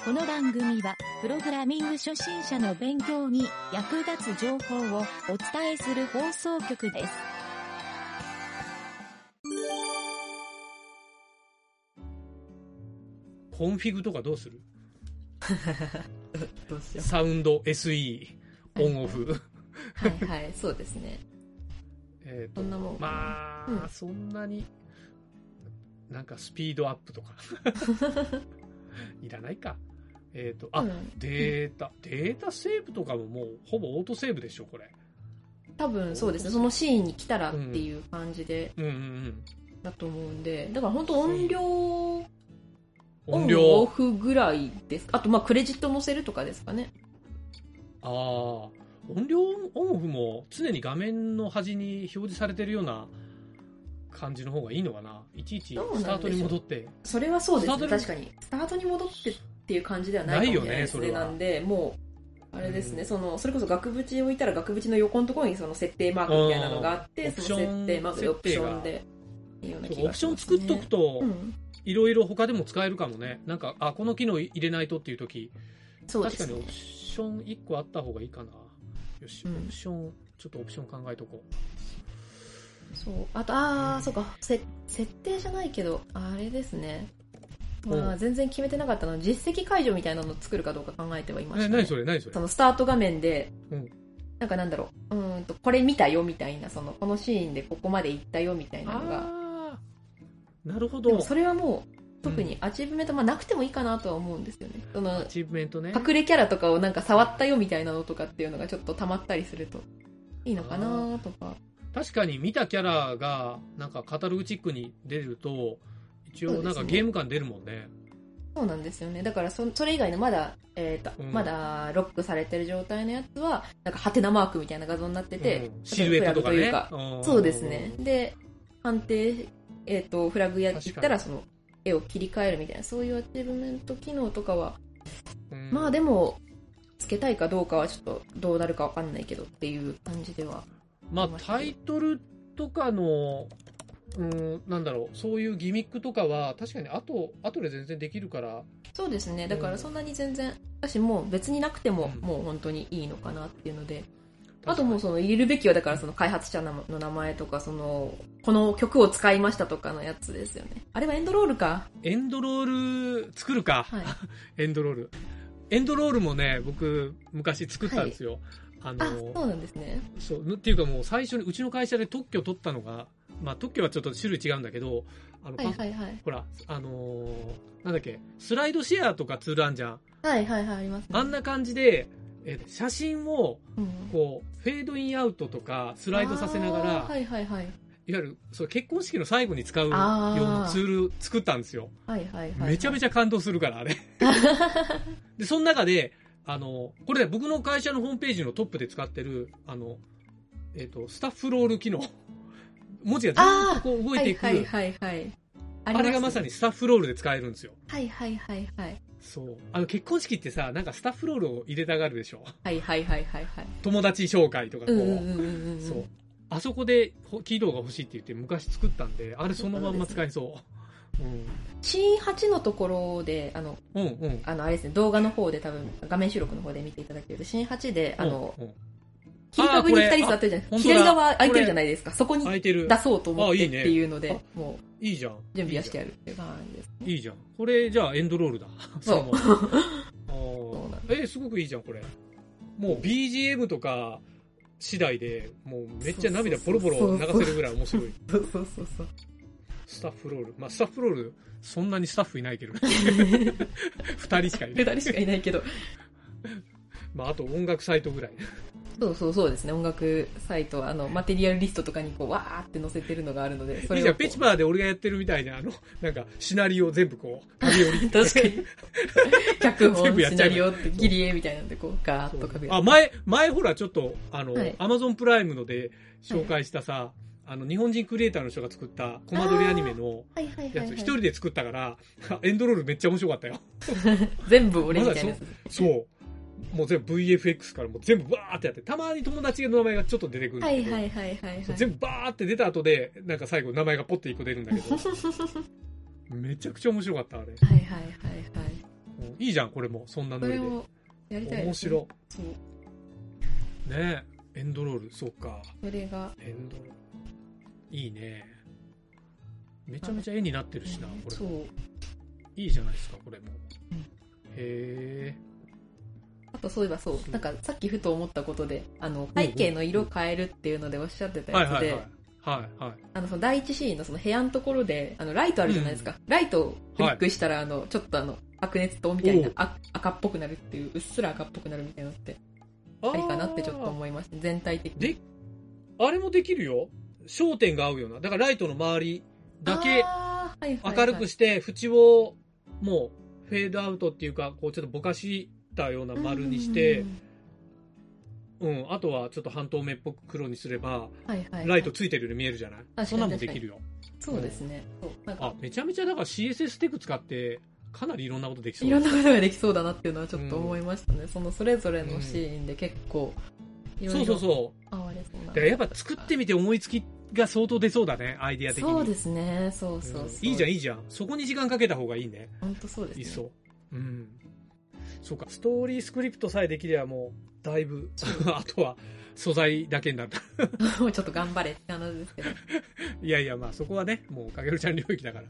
この番組は、プログラミング初心者の勉強に役立つ情報をお伝えする放送局です。 コンフィグとかどうする？ どうしよう。 サウンド SE オンオフ。 はいはい、そうですね。そんなもん。 まあ、そんなになんかスピードアップとかいらないか。データセーブとかももうほぼオートセーブでしょこれ。多分そうですね。そのシーンに来たらっていう感じで、だと思うんで、だから本当音量オンオフぐらいです。あとクレジット載せるとかですかね。 ああ、音量オンオフも常に画面の端に表示されてるような感じの方がいいのかな。いちいちスタートに戻って。 それはそうですね。確かにスタートに戻ってっていう感じではないかもしれないですね。なんでもうあれですね。それこそ額縁を置いたら額縁の横のところにその設定マークみたいなのがあって、その設定マークでオプションでいいような気がしますね。 オプション作っとくといろいろ他でも使えるかもね。なんかこの機能入れないとっていう時、 そうですね、 確かにオプション1個あった方がいいかな。よし、オプションちょっとオプション考えとこう。 そう、あとそうか、設定じゃないけどあれですね。全然決めてなかったのは実績解除みたいなのを作るかどうか考えてはいました、ね。 何それそのスタート画面で、なんだろう、これ見たよみたいな、このシーンでここまで行ったよみたいなのが。 なるほど。 でもそれはもう特にアチーブメント、なくてもいいかなとは思うんですよね。 アチーブメントね。 隠れキャラとかをなんか触ったよみたいなのとかっていうのがちょっと溜まったりするといいのかなとか。 確かに見たキャラがなんかカタログチックに出ると一応なんかゲーム感出るもんね。 そうなんですよね。だからそれ以外のまだまだロックされてる状態のやつはなんかハテナマークみたいな画像になってて、 シルエットとかね。 そうですね。で判定フラグやったらその絵を切り替えるみたいな、そういうアチーブメント機能とかは、でもつけたいかどうかはちょっとどうなるかわかんないけどっていう感じでは。 タイトルとかのなんだろう、そういうギミックとかは確かに後で全然できるから。そうですね。だからそんなに全然私もう別になくてももう本当にいいのかなっていうので。あともう入れるべきはだからその開発者の名前とかこの曲を使いましたとかのやつですよね。あれはエンドロールか。 エンドロール作るか。はい、エンドロールもね、僕昔作ったんですよ。 はい、そうなんですね。 そうっていうかもう最初にうちの会社で特許取ったのが、特許はちょっと種類違うんだけど、ほらなんだっけ、スライドシェアとかツールあんじゃん。 はいはいはい、ありますね。 あんな感じで。写真をこうフェードインアウトとかスライドさせながら、いわゆる結婚式の最後に使うようなツール作ったんですよ。めちゃめちゃ感動するからあれでその中でこれ僕の会社のホームページのトップで使ってるスタッフロール機能文字がずっとこう動いていく、あれがまさにスタッフロールで使えるんですよ。そう結婚式ってさ、なんかスタッフロールを入れたがるでしょ。友達紹介とかこう、そうあそこでキー動画欲しいって言って昔作ったんで、あれそのまんま使えそう。 シーン8のところであれですね、動画の方で多分画面収録の方で見ていただけると、シーン8で切り株に2人座ってるじゃない、左側空いてるじゃないですか。そこに出そうと思ってっていうので、もういいじゃん、 準備はしてあるっていう感じですね。 いいじゃん、これじゃあエンドロールだ。そうすごくいいじゃんこれ。もう BGM とか次第でもうめっちゃ涙ボロボロ流せるぐらい面白い。スタッフロール、スタッフロールそんなにスタッフいないけど2人しかいない。 2人しかいないけどあと音楽サイトぐらい。 そうですね。音楽サイトマテリアルリストとかにこうわーって載せてるのがあるので、 それをいいじゃん。ペチパーで俺がやってるみたいななんかシナリオ全部こう紙折り確かに脚本シナリオって切り絵みたいなんでこうガーッと書く。 前ほらちょっとAmazon プライムので紹介したさ、日本人クリエイターの人が作ったコマ撮りアニメのやつ一人で作ったからエンドロールめっちゃ面白かったよ。 全部俺みたいなやつ。 そうもう全部 VFX からもう全部バーってやって、たまに友達の名前がちょっと出てくるんだけど、全部バーって出た後でなんか最後名前がポッて一個出るんだけどめちゃくちゃ面白かったあれ。 いいじゃん、これも。そんなノリで。 これをやりたいですね。 面白。 そう。 ねエンドロール、そうか。 それが。 エンドロール。いいね。めちゃめちゃ絵になってるしな、これ。 そう。 いいじゃないですか、これも。へあとそういえばそう、なんかさっきふと思ったことで、背景の色変えるっていうのでおっしゃってたやつで、その第一シーンのその部屋のところで、ライトあるじゃないですか。ライトをクリックしたら、ちょっと白熱灯みたいな赤っぽくなるっていう、うっすら赤っぽくなるみたいなのって、ありかなってちょっと思いました。全体的に。 で、あれもできるよ。焦点が合うような。だからライトの周りだけ明るくして、縁をもうフェードアウトっていうか、こうちょっとぼかしたような丸にして、あとはちょっと半透明っぽく黒にすれば、ライトついてるように見えるじゃない。そんなもんできるよ。 そうですね。 めちゃめちゃだから CSS テク使って、かなりいろんなことできそう。 いろんなことができそうだなっていうのはちょっと思いましたね。それぞれのシーンで結構、 そうそうそう。だからやっぱ作ってみて思いつきが相当出そうだね、アイディア的に。 そうですね、そうそう。 いいじゃん、いいじゃん。そこに時間かけた方がいいね。 本当そうですね。 いっそ。そうか、ストーリースクリプトさえできればもう、だいぶ、あとは素材だけになった。 もうちょっと頑張れって話ですけど。 いやいや、まあそこはね、もうかげるちゃん領域だから。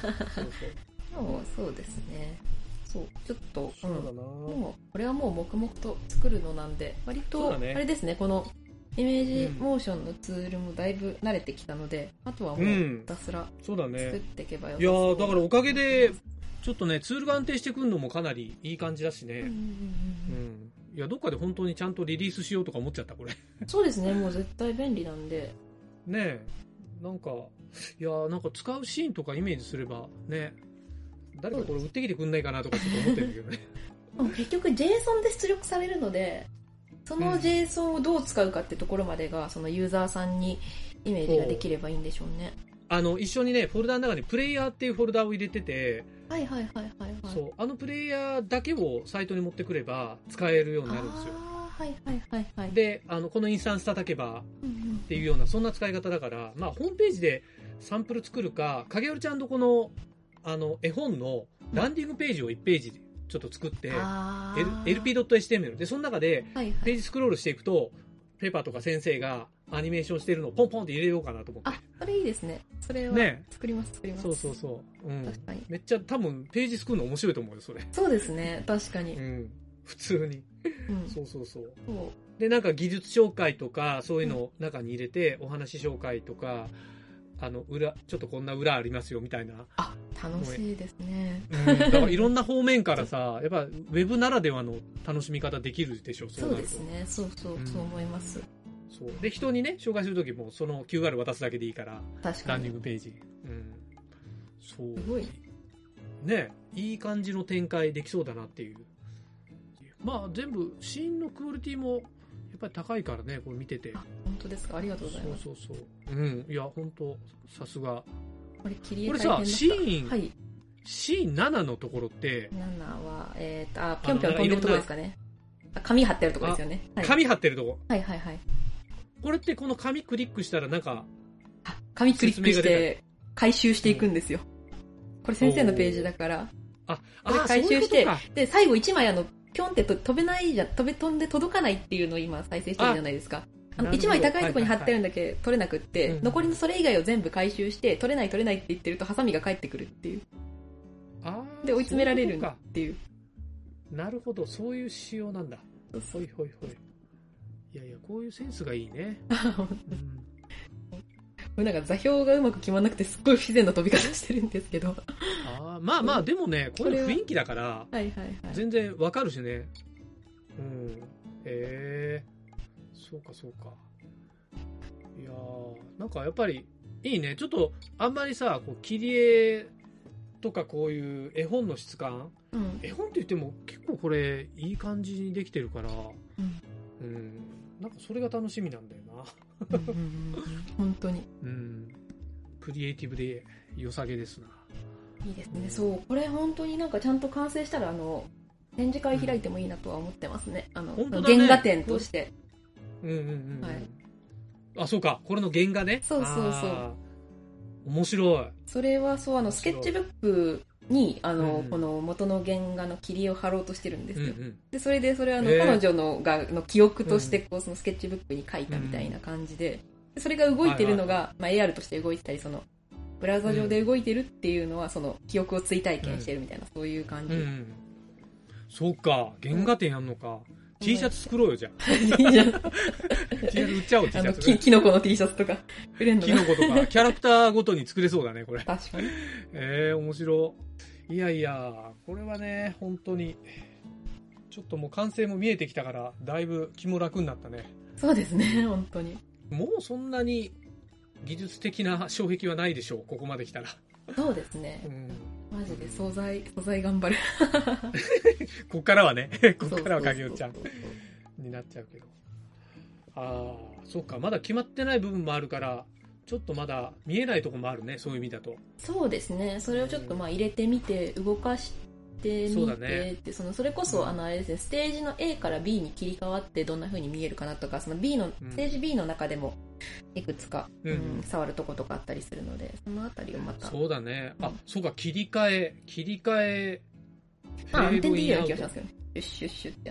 そうですね。そう、ちょっと、 そうだな、 もう、これはもう黙々と作るのなんで、割と、あれですね、この、イメージモーションのツールもだいぶ慣れてきたので、あとはもうひたすら作っていけばよさそう。 いやだからおかげで、ちょっとね、ツールが安定してくるのもかなりいい感じだしね。いや、どっかで本当にちゃんとリリースしようとか思っちゃった、これ。 そうですね、もう絶対便利なんで。 ねなんか使うシーンとかイメージすれば、ね、誰かこれ売ってきてくんないかなとかちょっと思ってるんだけどね。 結局 JSON で出力されるので、その JSON をどう使うかってところまでが、そのユーザーさんにイメージができればいいんでしょうね。 一緒にね、フォルダの中にプレイヤーっていうフォルダを入れてて、そう、プレイヤーだけをサイトに持ってくれば使えるようになるんですよ。で、このインスタンス叩けばっていうような、そんな使い方だから、まあ、ホームページでサンプル作るか、影織ちゃんとこの、絵本のランディングページを1ページでちょっと作って、lp.html で、その中で、ページスクロールしていくと、ペーパーとか先生がアニメーションしてるのをポンポンって入れようかなと思って。 それいいですね。それは作ります。 そう。確かに。めっちゃ多分ページ作るの面白いと思うよ、それ。 そうですね、確かに。 普通に。そう。で、なんか技術紹介とか、そういうのを中に入れて、お話紹介とか、ちょっとこんな裏ありますよ、みたいな。 楽しいですね。 だからいろんな方面からさ、やっぱウェブならではの楽しみ方できるでしょ、 そうですね。そう思います。 そうで、人にね、紹介するときも、その QR 渡すだけでいいから、ランディングページ。そう。 すごい。 ね、いい感じの展開できそうだなっていう。まあ、全部、シーンのクオリティも、やっぱり高いからね、これ見てて。 本当ですか、ありがとうございます。 そう。いや、本当さすが。 これさ、シーン7のところって、 7は、ぴょんぴょん飛んでるところですかね。紙貼ってるところですよね。 紙貼ってるとこ。 はい。 これってこの紙クリックしたらなんか、 紙クリックして回収していくんですよ。これ先生のページだから。これ回収して、で、最後1枚ぴょんって飛んで届かないっていうのを今再生してるじゃないですか。1枚高いところに貼ってるんだけ取れなくって、残りのそれ以外を全部回収して、取れないって言ってるとハサミが返ってくるっていう。で、追い詰められるっていう。 なるほど、そういう仕様なんだ。ほい。いや、こういうセンスがいいね。 なんか座標がうまく決まんなくてすっごい不自然な飛び方してるんですけど。 まあでもね、これ雰囲気だから、全然わかるしね。そうか。いやなんかやっぱりいいね。ちょっとあんまりさ、こう切り絵とかこういう絵本の質感、絵本って言っても結構これいい感じにできてるから、なんかそれが楽しみなんだよな。 本当に。 クリエイティブで良さげですな。 いいですね。そう、これ本当になんかちゃんと完成したら展示会開いてもいいなとは思ってますね。原画展として。 そうか、これの原画ね。 そう。 面白い。 それはそう、スケッチブックにこの元の原画の切り絵を貼ろうとしてるんですよ、でそれは彼女の記憶としてそのスケッチブックに書いたみたいな感じで、それが動いてるのが、AR として動いてたり、そのブラウザ上で動いてるっていうのはその記憶を追体験してるみたいな、そういう感じ、 そうか、原画展やんのか。T シャツ作ろうよ、じゃあ。T シャツ売っちゃおう、T シャツ。 キノコの T シャツとか売れんのキノコとか、キャラクターごとに作れそうだね、これ。 確かに。 面白い。いやいや、これはね、本当に、ちょっともう完成も見えてきたから、だいぶ気も楽になったね。 そうですね、本当に。 もうそんなに技術的な障壁はないでしょう、ここまで来たら。 そうですね。マジで素材頑張る。 こっからはね、こっからは影尾ちゃんになっちゃうけど。そうか、まだ決まってない部分もあるから、ちょっとまだ見えないところもあるね、そういう意味だと。 そうですね、それをちょっと入れてみて、動かしてみてって、それこそ、あれですね、ステージの A から B に切り替わってどんな風に見えるかなとか、その B の、ステージ B の中でも、いくつか、触るとことかあったりするので、そのあたりをまた。 そうだね。そうか、切り替え。 運転でいいような気がしますよね。シュッシュッって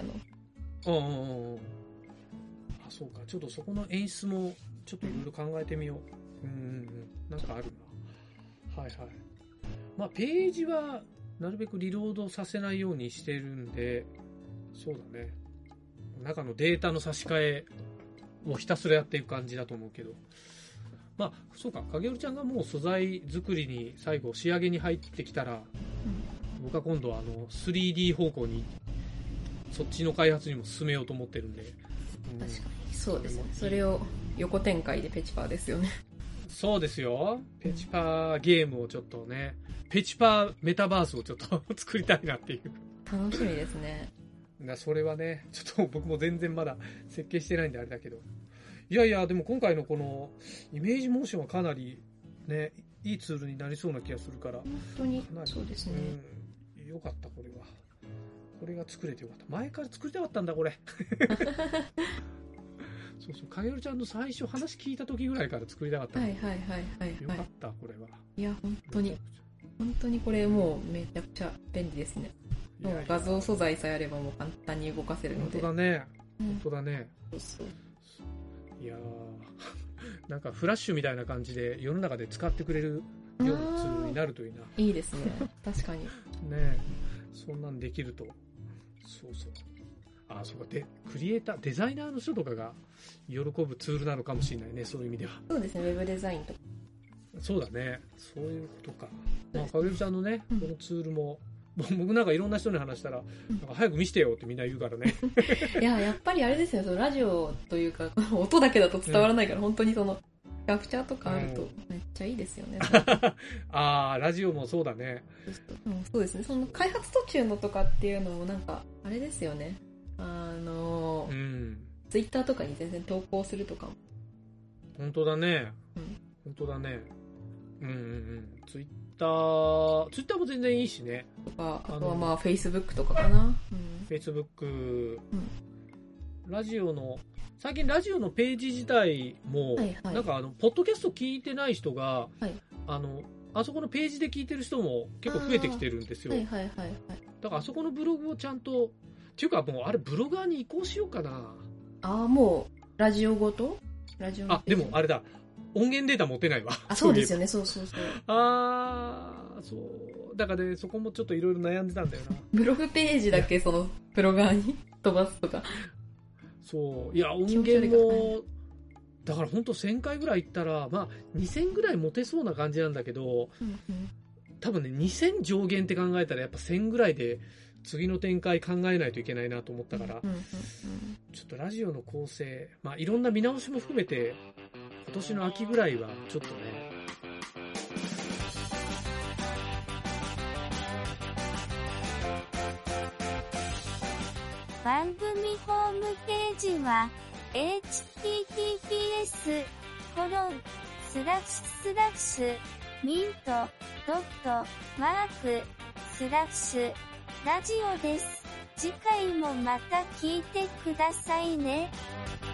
そうか、ちょっとそこの演出も、ちょっといろいろ考えてみよう。なんかあるな。はいはい。ページは、なるべくリロードさせないようにしてるんで、そうだね。中のデータの差し替えをひたすらやっていく感じだと思うけど。そうか、影織ちゃんがもう素材作りに最後仕上げに入ってきたら、僕は今度は3D 方向に、そっちの開発にも進めようと思ってるんで。 確かに、そうですね。それを横展開でペチパーですよね。 そうですよ。ペチパーゲームをちょっとね、ペチパーメタバースをちょっと作りたいなっていう。 楽しみですね。 それはね、ちょっと僕も全然まだ設計してないんであれだけど。いやいや、でも今回のこのイメージモーションはかなりね、いいツールになりそうな気がするから。 本当に、そうですね。 よかった、これは。これが作れてよかった。前から作りたかったんだ、これ。そうそう、影織ちゃんの最初話聞いた時ぐらいから作りたかった。 はい。 よかった、これは。 いや、本当にこれもうめちゃくちゃ便利ですね。もう画像素材さえあればもう簡単に動かせるので。 本当だね。 そう。 いやー、なんかフラッシュみたいな感じで世の中で使ってくれるようなツールになるといいな。 いいですね。確かに。 ね、そんなんできると。そう。そうか、クリエイター、デザイナーの人とかが喜ぶツールなのかもしれないね、そういう意味では。 そうですね、ウェブデザインとか。 そうだね、そういうことか。影織ちゃんのね、このツールも、僕なんかいろんな人に話したら、なんか早く見せてよってみんな言うからね。 いや、やっぱりあれですよ、そのラジオというか、音だけだと伝わらないから、本当にその、キャプチャーとかあるとめっちゃいいですよね。 ラジオもそうだね。 そうですね、その開発途中のとかっていうのもなんか、あれですよね。ツイッターとかに全然投稿するとかも。 本当だね。ツイッターも全然いいしね。 とか、あとはフェイスブックとかかな。 フェイスブック、最近ラジオのページ自体も、なんかポッドキャスト聞いてない人が、あそこのページで聞いてる人も結構増えてきてるんですよ。だからあそこのブログをちゃんと、っていうかもうあれブロガーに移行しようかな。 もうラジオごと？ でもあれだ。音源データ持ってないわ。 そうですよね、そう。 そう。だからね、そこもちょっといろいろ悩んでたんだよな。 ブログページだけそのプロ側に飛ばすとか。 そう。いや、音源も、だから本当1000回ぐらい行ったら、2000ぐらい持てそうな感じなんだけど、多分ね、2000上限って考えたらやっぱ1000ぐらいで次の展開考えないといけないなと思ったから、ちょっとラジオの構成、いろんな見直しも含めて、今年の秋ぐらいはちょっとね。 番組ホームページは https://mint.mark/ラジオです。次回もまた聞いてくださいね。